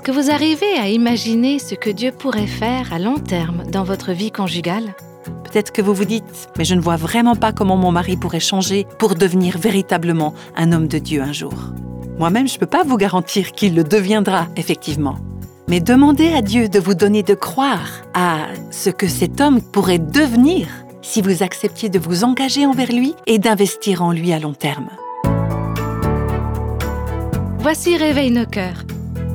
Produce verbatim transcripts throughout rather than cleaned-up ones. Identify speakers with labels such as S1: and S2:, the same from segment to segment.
S1: Est-ce que vous arrivez à imaginer ce que Dieu pourrait faire à long terme dans votre vie conjugale ?
S2: Peut-être que vous vous dites « mais je ne vois vraiment pas comment mon mari pourrait changer pour devenir véritablement un homme de Dieu un jour ». Moi-même, je ne peux pas vous garantir qu'il le deviendra, effectivement. Mais demandez à Dieu de vous donner de croire à ce que cet homme pourrait devenir si vous acceptiez de vous engager envers lui et d'investir en lui à long terme.
S1: Voici Réveille nos cœurs.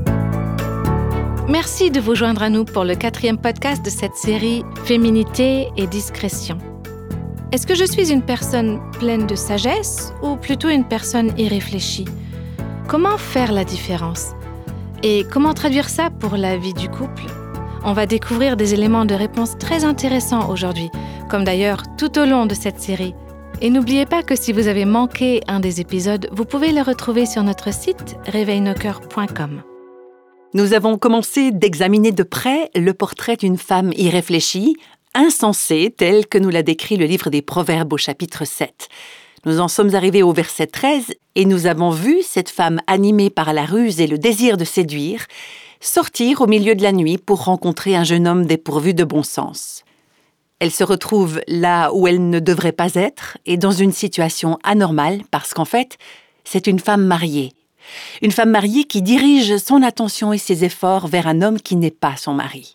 S1: Merci de vous joindre à nous pour le quatrième podcast de cette série Féminité et discrétion. Est-ce que je suis une personne pleine de sagesse ou plutôt une personne irréfléchie ? Comment faire la différence ? Et comment traduire ça pour la vie du couple ? On va découvrir des éléments de réponse très intéressants aujourd'hui, comme d'ailleurs tout au long de cette série. Et n'oubliez pas que si vous avez manqué un des épisodes, vous pouvez le retrouver sur notre site réveille nos cœurs point com.
S2: Nous avons commencé d'examiner de près le portrait d'une femme irréfléchie, insensée, telle que nous l'a décrit le livre des Proverbes au chapitre sept. Nous en sommes arrivés au verset treize et nous avons vu cette femme animée par la ruse et le désir de séduire, sortir au milieu de la nuit pour rencontrer un jeune homme dépourvu de bon sens. Elle se retrouve là où elle ne devrait pas être et dans une situation anormale parce qu'en fait, c'est une femme mariée. Une femme mariée qui dirige son attention et ses efforts vers un homme qui n'est pas son mari.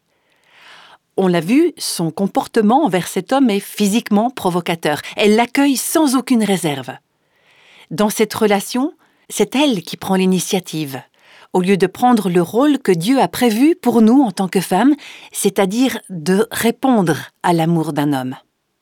S2: On l'a vu, son comportement envers cet homme est physiquement provocateur. Elle l'accueille sans aucune réserve. Dans cette relation, c'est elle qui prend l'initiative, au lieu de prendre le rôle que Dieu a prévu pour nous en tant que femmes, c'est-à-dire de répondre à l'amour d'un homme.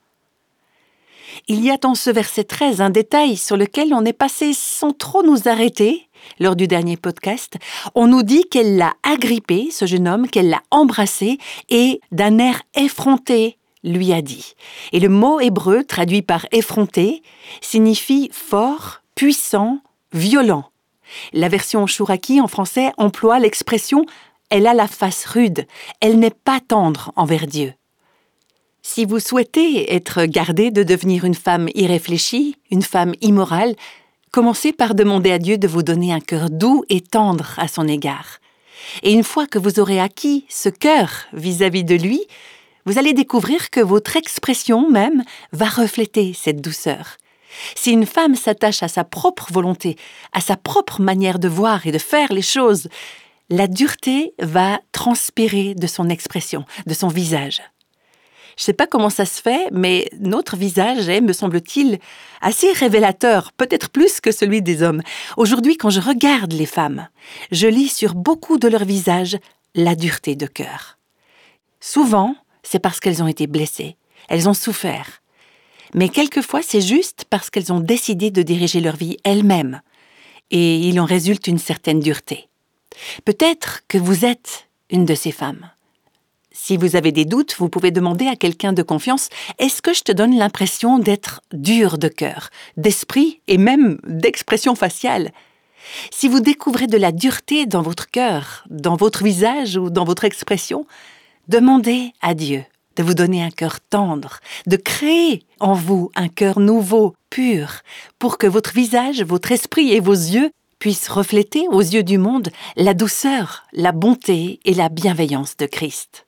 S2: Il y a dans ce verset treize un détail sur lequel on est passé sans trop nous arrêter lors du dernier podcast. On nous dit qu'elle l'a agrippé, ce jeune homme, qu'elle l'a embrassé et d'un air effronté lui a dit. Et le mot hébreu traduit par effronté signifie fort, puissant, violent. La version Chouraki en français emploie l'expression « elle a la face rude », elle n'est pas tendre envers Dieu. Si vous souhaitez être gardée de devenir une femme irréfléchie, une femme immorale, commencez par demander à Dieu de vous donner un cœur doux et tendre à son égard. Et une fois que vous aurez acquis ce cœur vis-à-vis de lui, vous allez découvrir que votre expression même va refléter cette douceur. Si une femme s'attache à sa propre volonté, à sa propre manière de voir et de faire les choses, la dureté va transpirer de son expression, de son visage. Je ne sais pas comment ça se fait, mais notre visage est, me semble-t-il, assez révélateur, peut-être plus que celui des hommes. Aujourd'hui, quand je regarde les femmes, je lis sur beaucoup de leurs visages la dureté de cœur. Souvent, c'est parce qu'elles ont été blessées, elles ont souffert. Mais quelquefois, c'est juste parce qu'elles ont décidé de diriger leur vie elles-mêmes. Et il en résulte une certaine dureté. Peut-être que vous êtes une de ces femmes. Si vous avez des doutes, vous pouvez demander à quelqu'un de confiance « Est-ce que je te donne l'impression d'être dur de cœur, d'esprit et même d'expression faciale ?» Si vous découvrez de la dureté dans votre cœur, dans votre visage ou dans votre expression, demandez à Dieu de vous donner un cœur tendre, de créer en vous un cœur nouveau, pur, pour que votre visage, votre esprit et vos yeux puissent refléter aux yeux du monde la douceur, la bonté et la bienveillance de Christ.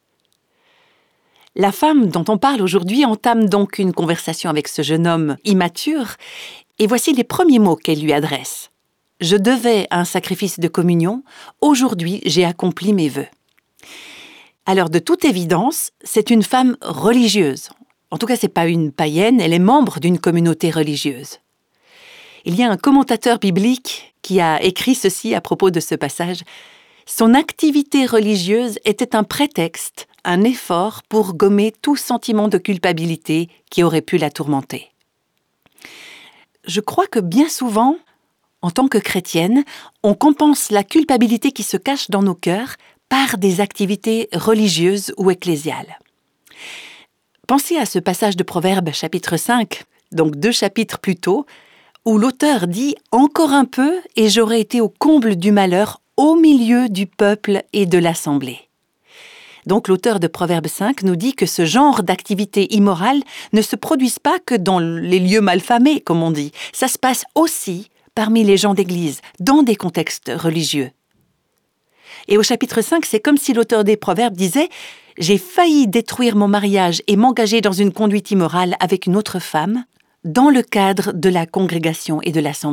S2: La femme dont on parle aujourd'hui entame donc une conversation avec ce jeune homme immature, et voici les premiers mots qu'elle lui adresse. « Je devais un sacrifice de communion, aujourd'hui j'ai accompli mes vœux. » Alors, de toute évidence, c'est une femme religieuse. En tout cas, ce n'est pas une païenne, elle est membre d'une communauté religieuse. Il y a un commentateur biblique qui a écrit ceci à propos de ce passage. Son activité religieuse était un prétexte, un effort pour gommer tout sentiment de culpabilité qui aurait pu la tourmenter. Je crois que bien souvent, en tant que chrétienne, on compense la culpabilité qui se cache dans nos cœurs par des activités religieuses ou ecclésiales. Pensez à ce passage de Proverbes chapitre cinq, donc deux chapitres plus tôt, où l'auteur dit « Encore un peu et j'aurais été au comble du malheur au milieu du peuple et de l'assemblée. » Donc l'auteur de Proverbes cinq nous dit que ce genre d'activité immorale ne se produise pas que dans les lieux malfamés, comme on dit. Ça se passe aussi parmi les gens d'église, dans des contextes religieux. Et au chapitre cinq, c'est comme si l'auteur des Proverbes disait « J'ai failli détruire mon mariage et m'engager dans une conduite immorale avec une autre femme dans le cadre de la congrégation et de l'assemblée. »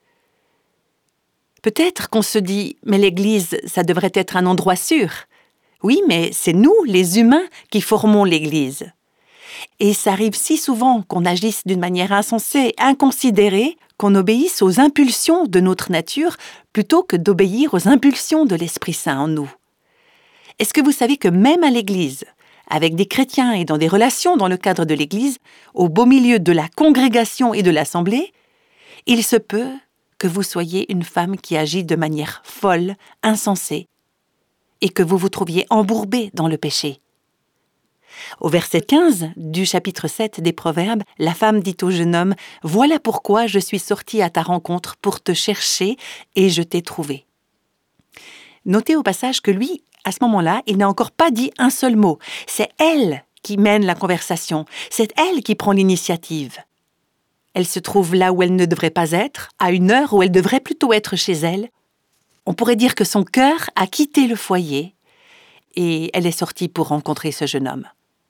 S2: Peut-être qu'on se dit « Mais l'Église, ça devrait être un endroit sûr. » Oui, mais c'est nous, les humains, qui formons l'Église. Et ça arrive si souvent qu'on agisse d'une manière insensée, inconsidérée, qu'on obéisse aux impulsions de notre nature plutôt que d'obéir aux impulsions de l'Esprit Saint en nous. Est-ce que vous savez que même à l'Église, avec des chrétiens et dans des relations dans le cadre de l'Église, au beau milieu de la congrégation et de l'assemblée, il se peut que vous soyez une femme qui agit de manière folle, insensée, et que vous vous trouviez embourbée dans le péché. Au verset quinze du chapitre sept des Proverbes, la femme dit au jeune homme « Voilà pourquoi je suis sortie à ta rencontre pour te chercher et je t'ai trouvé. » Notez au passage que lui, à ce moment-là, il n'a encore pas dit un seul mot. C'est elle qui mène la conversation, c'est elle qui prend l'initiative. Elle se trouve là où elle ne devrait pas être, à une heure où elle devrait plutôt être chez elle. On pourrait dire que son cœur a quitté le foyer et elle est sortie pour rencontrer ce jeune homme.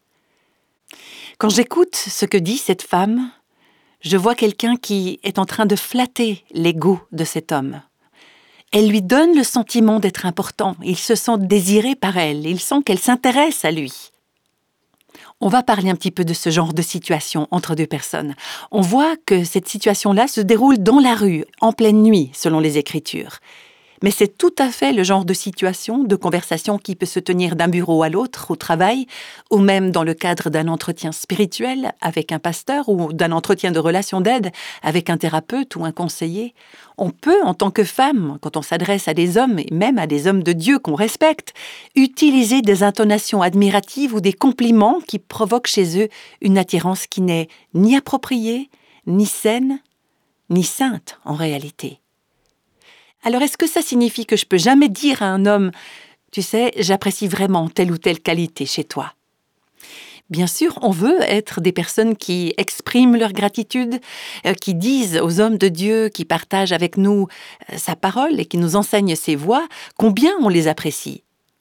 S2: Quand j'écoute ce que dit cette femme, je vois quelqu'un qui est en train de flatter l'ego de cet homme. Elle lui donne le sentiment d'être important. Il se sent désiré par elle. Il sent qu'elle s'intéresse à lui. On va parler un petit peu de ce genre de situation entre deux personnes. On voit que cette situation-là se déroule dans la rue, en pleine nuit, selon les Écritures. Mais c'est tout à fait le genre de situation, de conversation qui peut se tenir d'un bureau à l'autre, au travail, ou même dans le cadre d'un entretien spirituel avec un pasteur ou d'un entretien de relation d'aide avec un thérapeute ou un conseiller. On peut, en tant que femme, quand on s'adresse à des hommes, et même à des hommes de Dieu qu'on respecte, utiliser des intonations admiratives ou des compliments qui provoquent chez eux une attirance qui n'est ni appropriée, ni saine, ni sainte en réalité. Alors, est-ce que ça signifie que je peux jamais dire à un homme « Tu sais, j'apprécie vraiment telle ou telle qualité chez toi ». Bien sûr, on veut être des personnes qui expriment leur gratitude, euh, qui disent aux hommes de Dieu, qui partagent avec nous euh, sa parole et qui nous enseignent ses voies, combien on les apprécie.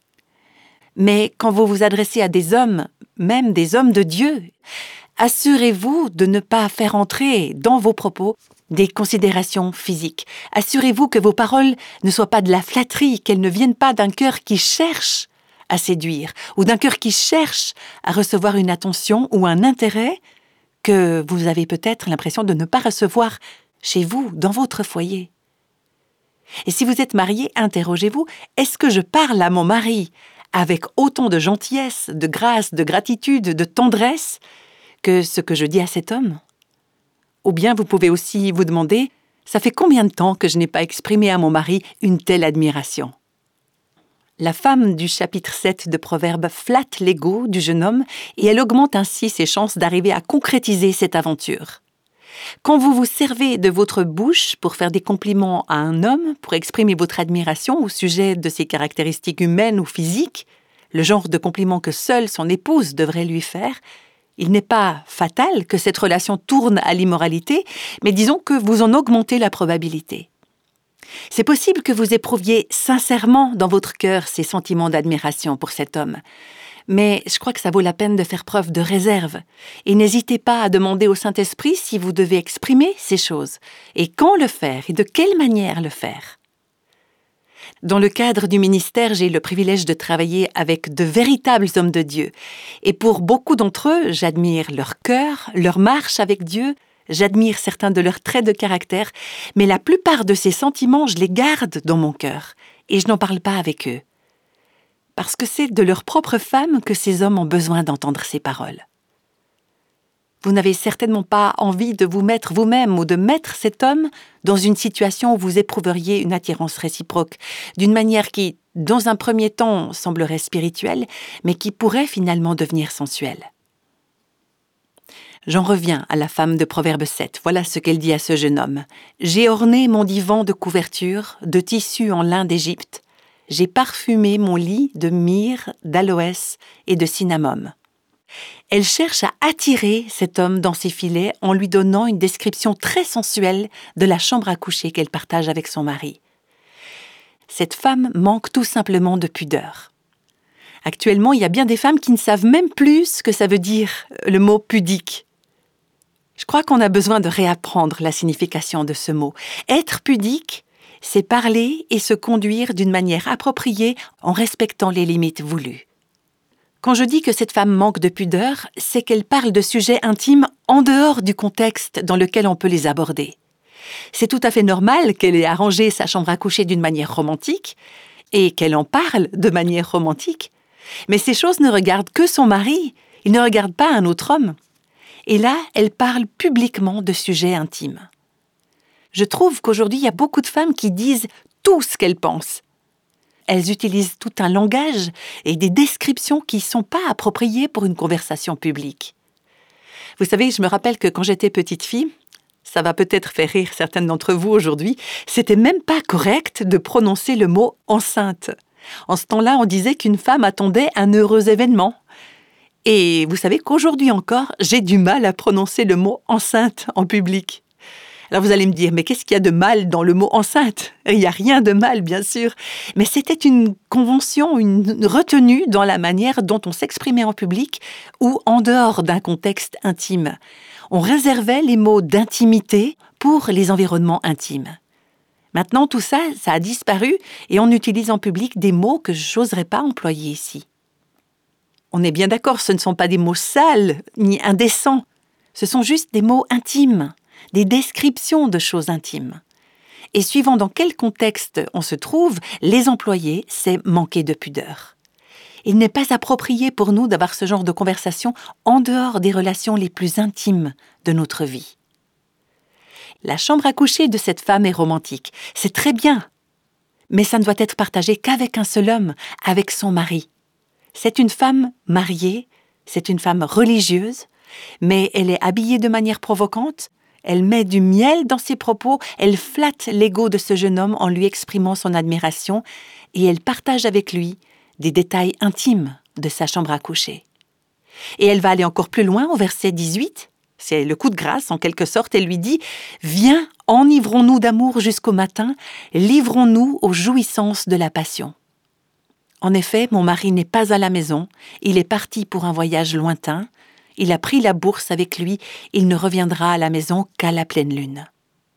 S2: Mais quand vous vous adressez à des hommes, même des hommes de Dieu, assurez-vous de ne pas faire entrer dans vos propos des considérations physiques. Assurez-vous que vos paroles ne soient pas de la flatterie, qu'elles ne viennent pas d'un cœur qui cherche à séduire ou d'un cœur qui cherche à recevoir une attention ou un intérêt que vous avez peut-être l'impression de ne pas recevoir chez vous, dans votre foyer. Et si vous êtes marié, interrogez-vous, est-ce que je parle à mon mari avec autant de gentillesse, de grâce, de gratitude, de tendresse que ce que je dis à cet homme ? Ou bien vous pouvez aussi vous demander « Ça fait combien de temps que je n'ai pas exprimé à mon mari une telle admiration ?» La femme du chapitre sept de Proverbes flatte l'ego du jeune homme et elle augmente ainsi ses chances d'arriver à concrétiser cette aventure. Quand vous vous servez de votre bouche pour faire des compliments à un homme, pour exprimer votre admiration au sujet de ses caractéristiques humaines ou physiques, le genre de compliment que seule son épouse devrait lui faire, il n'est pas fatal que cette relation tourne à l'immoralité, mais disons que vous en augmentez la probabilité. C'est possible que vous éprouviez sincèrement dans votre cœur ces sentiments d'admiration pour cet homme, mais je crois que ça vaut la peine de faire preuve de réserve. Et n'hésitez pas à demander au Saint-Esprit si vous devez exprimer ces choses, et quand le faire, et de quelle manière le faire. Dans le cadre du ministère, j'ai le privilège de travailler avec de véritables hommes de Dieu. Et pour beaucoup d'entre eux, j'admire leur cœur, leur marche avec Dieu, j'admire certains de leurs traits de caractère, mais la plupart de ces sentiments, je les garde dans mon cœur et je n'en parle pas avec eux. Parce que c'est de leur propre femme que ces hommes ont besoin d'entendre ces paroles. Vous n'avez certainement pas envie de vous mettre vous-même ou de mettre cet homme dans une situation où vous éprouveriez une attirance réciproque, d'une manière qui, dans un premier temps, semblerait spirituelle, mais qui pourrait finalement devenir sensuelle. J'en reviens à la femme de Proverbe sept. Voilà ce qu'elle dit à ce jeune homme. « J'ai orné mon divan de couverture, de tissu en lin d'Égypte. J'ai parfumé mon lit de myrrhe, d'aloès et de cinnamome. » Elle cherche à attirer cet homme dans ses filets en lui donnant une description très sensuelle de la chambre à coucher qu'elle partage avec son mari. Cette femme manque tout simplement de pudeur. Actuellement, il y a bien des femmes qui ne savent même plus ce que ça veut dire, le mot pudique. Je crois qu'on a besoin de réapprendre la signification de ce mot. Être pudique, c'est parler et se conduire d'une manière appropriée en respectant les limites voulues. Quand je dis que cette femme manque de pudeur, c'est qu'elle parle de sujets intimes en dehors du contexte dans lequel on peut les aborder. C'est tout à fait normal qu'elle ait arrangé sa chambre à coucher d'une manière romantique et qu'elle en parle de manière romantique. Mais ces choses ne regardent que son mari, il ne regarde pas un autre homme. Et là, elle parle publiquement de sujets intimes. Je trouve qu'aujourd'hui, il y a beaucoup de femmes qui disent tout ce qu'elles pensent. Elles utilisent tout un langage et des descriptions qui ne sont pas appropriées pour une conversation publique. Vous savez, je me rappelle que quand j'étais petite fille, ça va peut-être faire rire certaines d'entre vous aujourd'hui, c'était même pas correct de prononcer le mot « enceinte ». En ce temps-là, on disait qu'une femme attendait un heureux événement. Et vous savez qu'aujourd'hui encore, j'ai du mal à prononcer le mot « enceinte » en public. Alors vous allez me dire, mais qu'est-ce qu'il y a de mal dans le mot « enceinte » ? Il n'y a rien de mal, bien sûr. Mais c'était une convention, une retenue dans la manière dont on s'exprimait en public ou en dehors d'un contexte intime. On réservait les mots d'intimité pour les environnements intimes. Maintenant, tout ça, ça a disparu et on utilise en public des mots que je n'oserais pas employer ici. On est bien d'accord, ce ne sont pas des mots sales ni indécents. Ce sont juste des mots intimes, des descriptions de choses intimes. Et suivant dans quel contexte on se trouve, les employer, c'est manquer de pudeur. Il n'est pas approprié pour nous d'avoir ce genre de conversation en dehors des relations les plus intimes de notre vie. La chambre à coucher de cette femme est romantique, c'est très bien. Mais ça ne doit être partagé qu'avec un seul homme, avec son mari. C'est une femme mariée, c'est une femme religieuse, mais elle est habillée de manière provocante, elle met du miel dans ses propos, elle flatte l'ego de ce jeune homme en lui exprimant son admiration et elle partage avec lui des détails intimes de sa chambre à coucher. Et elle va aller encore plus loin au verset dix-huit. C'est le coup de grâce, en quelque sorte. Elle lui dit « Viens, enivrons-nous d'amour jusqu'au matin, livrons-nous aux jouissances de la passion. » En effet, mon mari n'est pas à la maison, il est parti pour un voyage lointain, il a pris la bourse avec lui, il ne reviendra à la maison qu'à la pleine lune.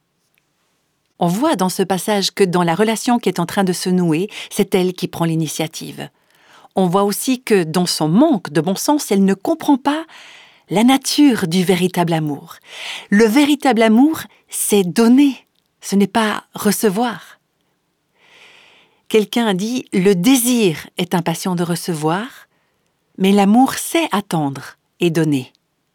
S2: On voit dans ce passage que dans la relation qui est en train de se nouer, c'est elle qui prend l'initiative. On voit aussi que dans son manque de bon sens, elle ne comprend pas la nature du véritable amour. Le véritable amour, c'est donner, ce n'est pas recevoir. Quelqu'un a dit « Le désir est impatient de recevoir, mais l'amour sait attendre et donner. »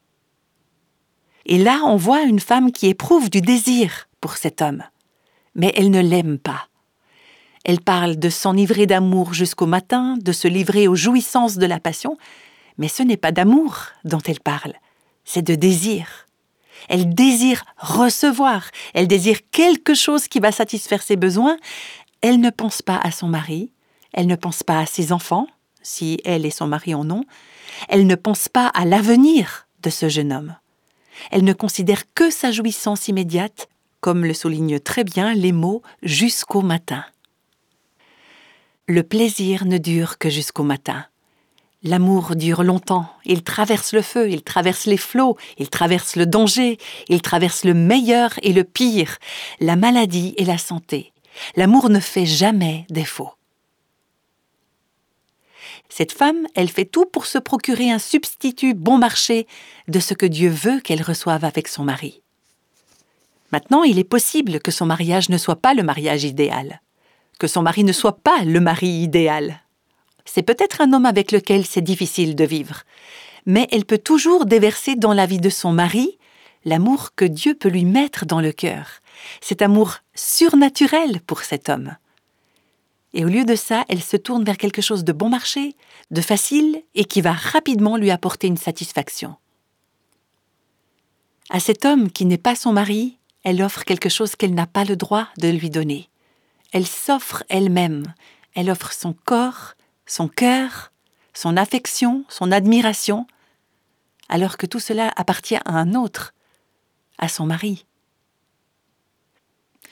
S2: Et là, on voit une femme qui éprouve du désir pour cet homme, mais elle ne l'aime pas. Elle parle de s'enivrer d'amour jusqu'au matin, de se livrer aux jouissances de la passion, mais ce n'est pas d'amour dont elle parle, c'est de désir. Elle désire recevoir, elle désire quelque chose qui va satisfaire ses besoins. Elle ne pense pas à son mari, elle ne pense pas à ses enfants, si elle et son mari en ont. Elle ne pense pas à l'avenir de ce jeune homme. Elle ne considère que sa jouissance immédiate, comme le soulignent très bien les mots « jusqu'au matin ». Le plaisir ne dure que jusqu'au matin. L'amour dure longtemps, il traverse le feu, il traverse les flots, il traverse le danger, il traverse le meilleur et le pire, la maladie et la santé. L'amour ne fait jamais défaut. Cette femme, elle fait tout pour se procurer un substitut bon marché de ce que Dieu veut qu'elle reçoive avec son mari. Maintenant, il est possible que son mariage ne soit pas le mariage idéal, que son mari ne soit pas le mari idéal. C'est peut-être un homme avec lequel c'est difficile de vivre, mais elle peut toujours déverser dans la vie de son mari l'amour que Dieu peut lui mettre dans le cœur, cet amour surnaturel pour cet homme. Et au lieu de ça, elle se tourne vers quelque chose de bon marché, de facile et qui va rapidement lui apporter une satisfaction. À cet homme qui n'est pas son mari, elle offre quelque chose qu'elle n'a pas le droit de lui donner. Elle s'offre elle-même, elle offre son corps, son cœur, son affection, son admiration, alors que tout cela appartient à un autre, à son mari.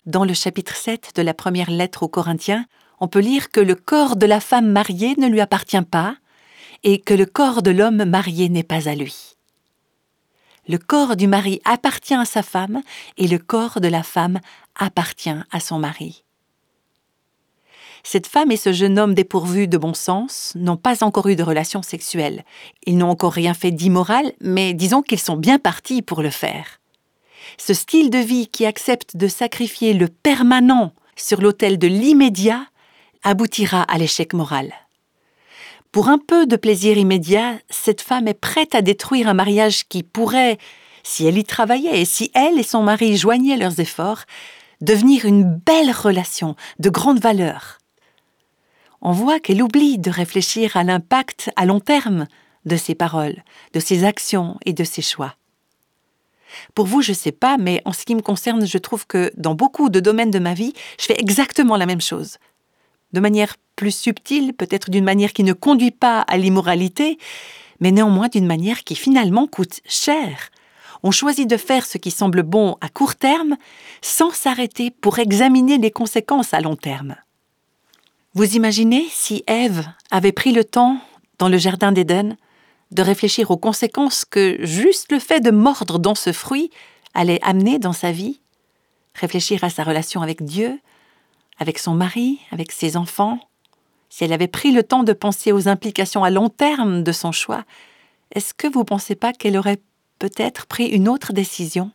S2: Dans le chapitre sept de la première lettre aux Corinthiens, on peut lire que le corps de la femme mariée ne lui appartient pas et que le corps de l'homme marié n'est pas à lui. Le corps du mari appartient à sa femme et le corps de la femme appartient à son mari. Cette femme et ce jeune homme dépourvus de bon sens n'ont pas encore eu de relation sexuelle. Ils n'ont encore rien fait d'immoral, mais disons qu'ils sont bien partis pour le faire. Ce style de vie qui accepte de sacrifier le permanent sur l'autel de l'immédiat aboutira à l'échec moral. Pour un peu de plaisir immédiat, cette femme est prête à détruire un mariage qui pourrait, si elle y travaillait et si elle et son mari joignaient leurs efforts, devenir une belle relation de grande valeur. On voit qu'elle oublie de réfléchir à l'impact à long terme de ses paroles, de ses actions et de ses choix. Pour vous, je ne sais pas, mais en ce qui me concerne, je trouve que dans beaucoup de domaines de ma vie, je fais exactement la même chose. De manière plus subtile, peut-être d'une manière qui ne conduit pas à l'immoralité, mais néanmoins d'une manière qui finalement coûte cher. On choisit de faire ce qui semble bon à court terme, sans s'arrêter pour examiner les conséquences à long terme. Vous imaginez si Ève avait pris le temps, dans le jardin d'Éden, de réfléchir aux conséquences que juste le fait de mordre dans ce fruit allait amener dans sa vie, réfléchir à sa relation avec Dieu, avec son mari, avec ses enfants. Si elle avait pris le temps de penser aux implications à long terme de son choix, est-ce que vous ne pensez pas qu'elle aurait peut-être pris une autre décision?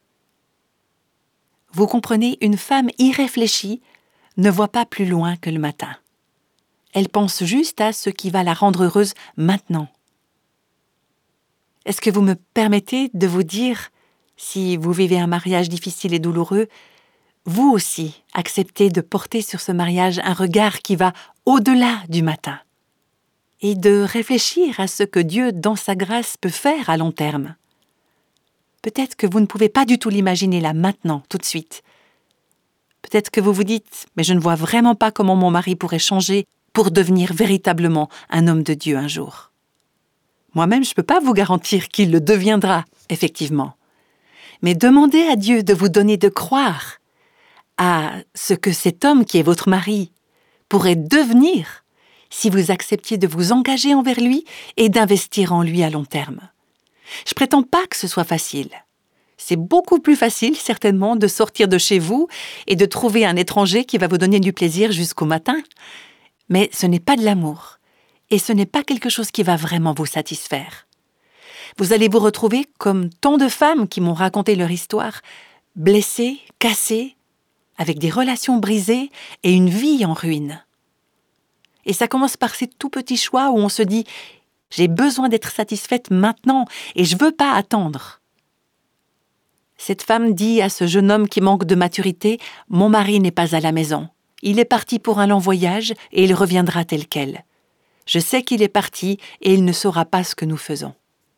S2: Vous comprenez, une femme irréfléchie ne voit pas plus loin que le matin. Elle pense juste à ce qui va la rendre heureuse maintenant. Est-ce que vous me permettez de vous dire, si vous vivez un mariage difficile et douloureux, vous aussi acceptez de porter sur ce mariage un regard qui va au-delà du matin et de réfléchir à ce que Dieu, dans sa grâce, peut faire à long terme. Peut-être que vous ne pouvez pas du tout l'imaginer là, maintenant, tout de suite. Peut-être que vous vous dites « mais je ne vois vraiment pas comment mon mari pourrait changer pour devenir véritablement un homme de Dieu un jour. » Moi-même, je ne peux pas vous garantir qu'il le deviendra, effectivement. Mais demandez à Dieu de vous donner de croire à ce que cet homme qui est votre mari pourrait devenir si vous acceptiez de vous engager envers lui et d'investir en lui à long terme. Je prétends pas que ce soit facile. C'est beaucoup plus facile, certainement, de sortir de chez vous et de trouver un étranger qui va vous donner du plaisir jusqu'au matin. Mais ce n'est pas de l'amour. Et ce n'est pas quelque chose qui va vraiment vous satisfaire. Vous allez vous retrouver comme tant de femmes qui m'ont raconté leur histoire, blessées, cassées, avec des relations brisées et une vie en ruine. Et ça commence par ces tout petits choix où on se dit « j'ai besoin d'être satisfaite maintenant et je ne veux pas attendre ». Cette femme dit à ce jeune homme qui manque de maturité « mon mari n'est pas à la maison. Il est parti pour un long voyage et il reviendra tel quel. Je sais qu'il est parti et il ne saura pas ce que nous faisons. »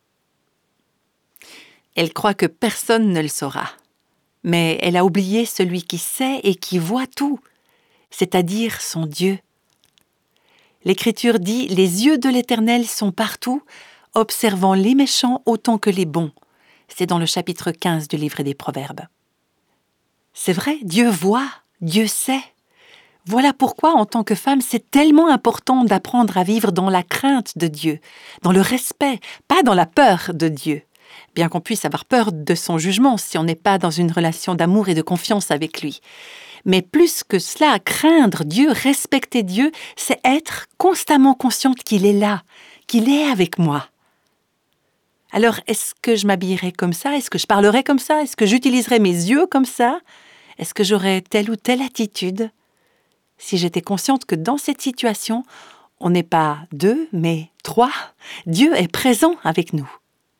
S2: Elle croit que personne ne le saura. Mais elle a oublié celui qui sait et qui voit tout, c'est-à-dire son Dieu. L'Écriture dit « Les yeux de l'Éternel sont partout, observant les méchants autant que les bons. » C'est dans le chapitre quinze du livre des Proverbes. C'est vrai, Dieu voit, Dieu sait. Voilà pourquoi, en tant que femme, c'est tellement important d'apprendre à vivre dans la crainte de Dieu, dans le respect, pas dans la peur de Dieu. Bien qu'on puisse avoir peur de son jugement si on n'est pas dans une relation d'amour et de confiance avec lui. Mais plus que cela, craindre Dieu, respecter Dieu, c'est être constamment consciente qu'il est là, qu'il est avec moi. Alors, est-ce que je m'habillerai comme ça? Est-ce que je parlerai comme ça? Est-ce que j'utiliserai mes yeux comme ça? Est-ce que j'aurai telle ou telle attitude? Si j'étais consciente que dans cette situation, on n'est pas deux, mais trois, Dieu est présent avec nous.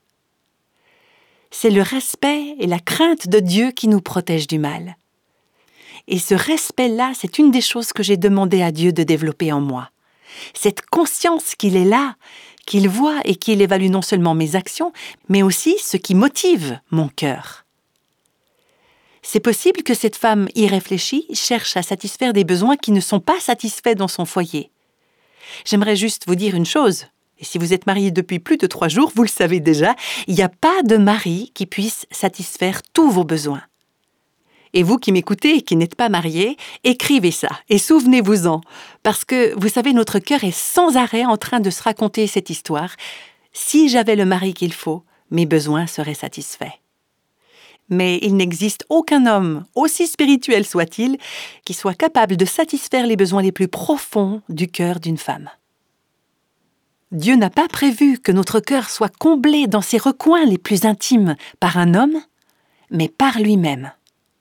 S2: C'est le respect et la crainte de Dieu qui nous protègent du mal. Et ce respect-là, c'est une des choses que j'ai demandé à Dieu de développer en moi. Cette conscience qu'il est là, qu'il voit et qu'il évalue non seulement mes actions, mais aussi ce qui motive mon cœur. C'est possible que cette femme irréfléchie cherche à satisfaire des besoins qui ne sont pas satisfaits dans son foyer. J'aimerais juste vous dire une chose. Et si vous êtes marié depuis plus de trois jours, vous le savez déjà, il n'y a pas de mari qui puisse satisfaire tous vos besoins. Et vous qui m'écoutez et qui n'êtes pas mariés, écrivez ça et souvenez-vous-en. Parce que, vous savez, notre cœur est sans arrêt en train de se raconter cette histoire. Si j'avais le mari qu'il faut, mes besoins seraient satisfaits. Mais il n'existe aucun homme, aussi spirituel soit-il, qui soit capable de satisfaire les besoins les plus profonds du cœur d'une femme. Dieu n'a pas prévu que notre cœur soit comblé dans ses recoins les plus intimes par un homme, mais par lui-même.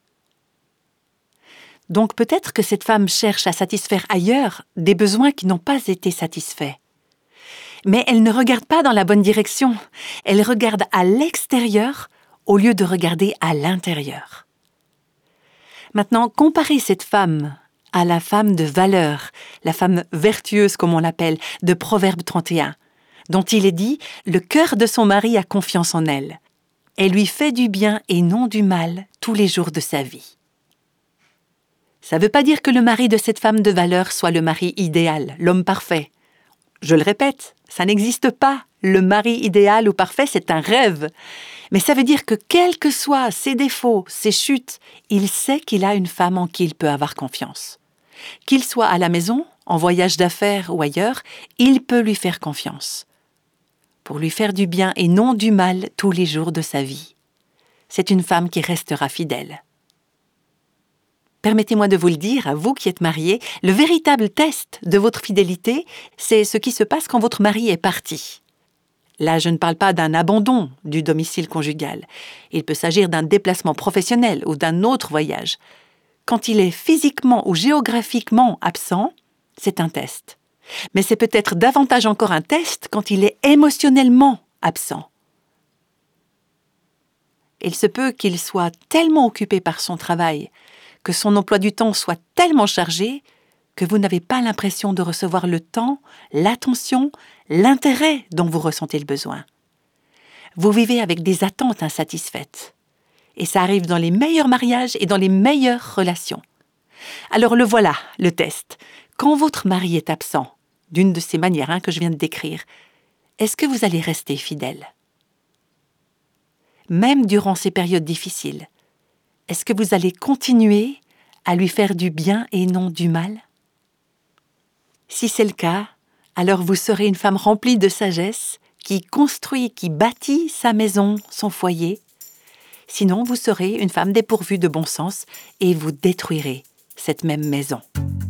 S2: Donc peut-être que cette femme cherche à satisfaire ailleurs des besoins qui n'ont pas été satisfaits. Mais elle ne regarde pas dans la bonne direction. Elle regarde à l'extérieur au lieu de regarder à l'intérieur. Maintenant, comparez cette femme à la femme de valeur, la femme vertueuse comme on l'appelle, de Proverbe trente et un, dont il est dit « Le cœur de son mari a confiance en elle. Elle lui fait du bien et non du mal tous les jours de sa vie. » Ça ne veut pas dire que le mari de cette femme de valeur soit le mari idéal, l'homme parfait. Je le répète, ça n'existe pas. Le mari idéal ou parfait, c'est un rêve. Mais ça veut dire que quels que soient ses défauts, ses chutes, il sait qu'il a une femme en qui il peut avoir confiance. Qu'il soit à la maison, en voyage d'affaires ou ailleurs, il peut lui faire confiance. Pour lui faire du bien et non du mal tous les jours de sa vie. C'est une femme qui restera fidèle. Permettez-moi de vous le dire, à vous qui êtes mariés, le véritable test de votre fidélité, c'est ce qui se passe quand votre mari est parti. Là, je ne parle pas d'un abandon du domicile conjugal. Il peut s'agir d'un déplacement professionnel ou d'un autre voyage. Quand il est physiquement ou géographiquement absent, c'est un test. Mais c'est peut-être davantage encore un test quand il est émotionnellement absent. Il se peut qu'il soit tellement occupé par son travail, que son emploi du temps soit tellement chargé que vous n'avez pas l'impression de recevoir le temps, l'attention, l'intérêt dont vous ressentez le besoin. Vous vivez avec des attentes insatisfaites. Et ça arrive dans les meilleurs mariages et dans les meilleures relations. Alors le voilà, le test. Quand votre mari est absent, d'une de ces manières hein, que je viens de décrire, est-ce que vous allez rester fidèle? Même durant ces périodes difficiles, est-ce que vous allez continuer à lui faire du bien et non du mal? Si c'est le cas, alors vous serez une femme remplie de sagesse, qui construit, qui bâtit sa maison, son foyer. Sinon, vous serez une femme dépourvue de bon sens et vous détruirez cette même maison.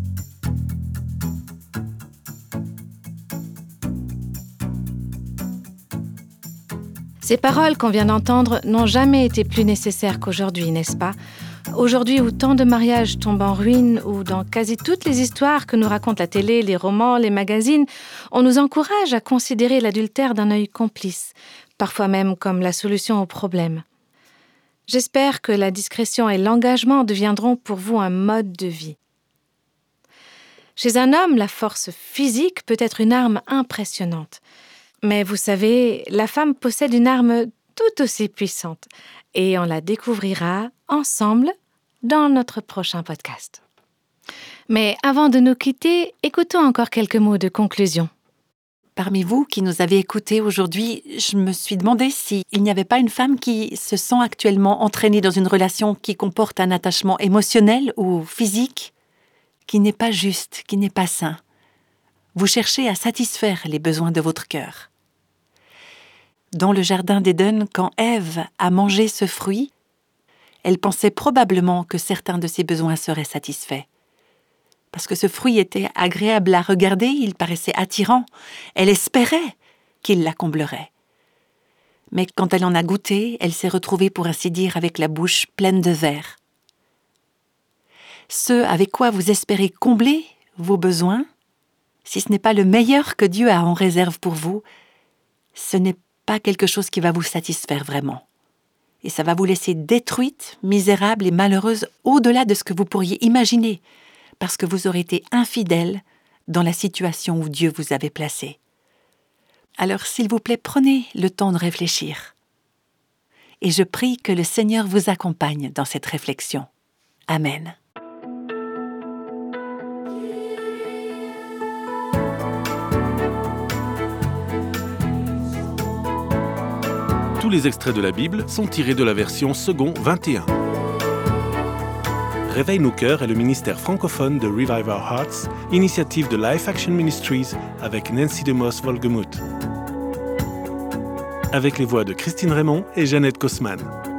S1: Ces paroles qu'on vient d'entendre n'ont jamais été plus nécessaires qu'aujourd'hui, n'est-ce pas? Aujourd'hui où tant de mariages tombent en ruine, où dans quasi toutes les histoires que nous racontent la télé, les romans, les magazines, on nous encourage à considérer l'adultère d'un œil complice, parfois même comme la solution au problème. J'espère que la discrétion et l'engagement deviendront pour vous un mode de vie. Chez un homme, la force physique peut être une arme impressionnante. Mais vous savez, la femme possède une arme tout aussi puissante. Et on la découvrira ensemble dans notre prochain podcast. Mais avant de nous quitter, écoutons encore quelques mots de conclusion.
S2: Parmi vous qui nous avez écoutés aujourd'hui, je me suis demandé s'il n'y avait pas une femme qui se sent actuellement entraînée dans une relation qui comporte un attachement émotionnel ou physique, qui n'est pas juste, qui n'est pas sain. Vous cherchez à satisfaire les besoins de votre cœur. Dans le jardin d'Éden, quand Ève a mangé ce fruit, elle pensait probablement que certains de ses besoins seraient satisfaits. Parce que ce fruit était agréable à regarder, il paraissait attirant. Elle espérait qu'il la comblerait. Mais quand elle en a goûté, elle s'est retrouvée, pour ainsi dire, avec la bouche pleine de vers. Ce avec quoi vous espérez combler vos besoins, si ce n'est pas le meilleur que Dieu a en réserve pour vous, ce n'est pas quelque chose qui va vous satisfaire vraiment. Et ça va vous laisser détruite, misérable et malheureuse au-delà de ce que vous pourriez imaginer, parce que vous aurez été infidèle dans la situation où Dieu vous avait placé. Alors, s'il vous plaît, prenez le temps de réfléchir. Et je prie que le Seigneur vous accompagne dans cette réflexion. Amen.
S3: Tous les extraits de la Bible sont tirés de la version Second vingt et un. Réveille nos cœurs est le ministère francophone de Revive Our Hearts, initiative de Life Action Ministries avec Nancy DeMoss Volgemuth. Avec les voix de Christine Raymond et Jeannette Kosman.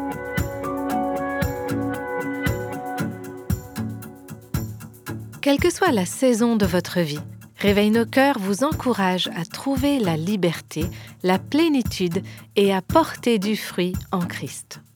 S1: Quelle que soit la saison de votre vie, Réveille nos cœurs vous encourage à trouver la liberté, la plénitude et à porter du fruit en Christ.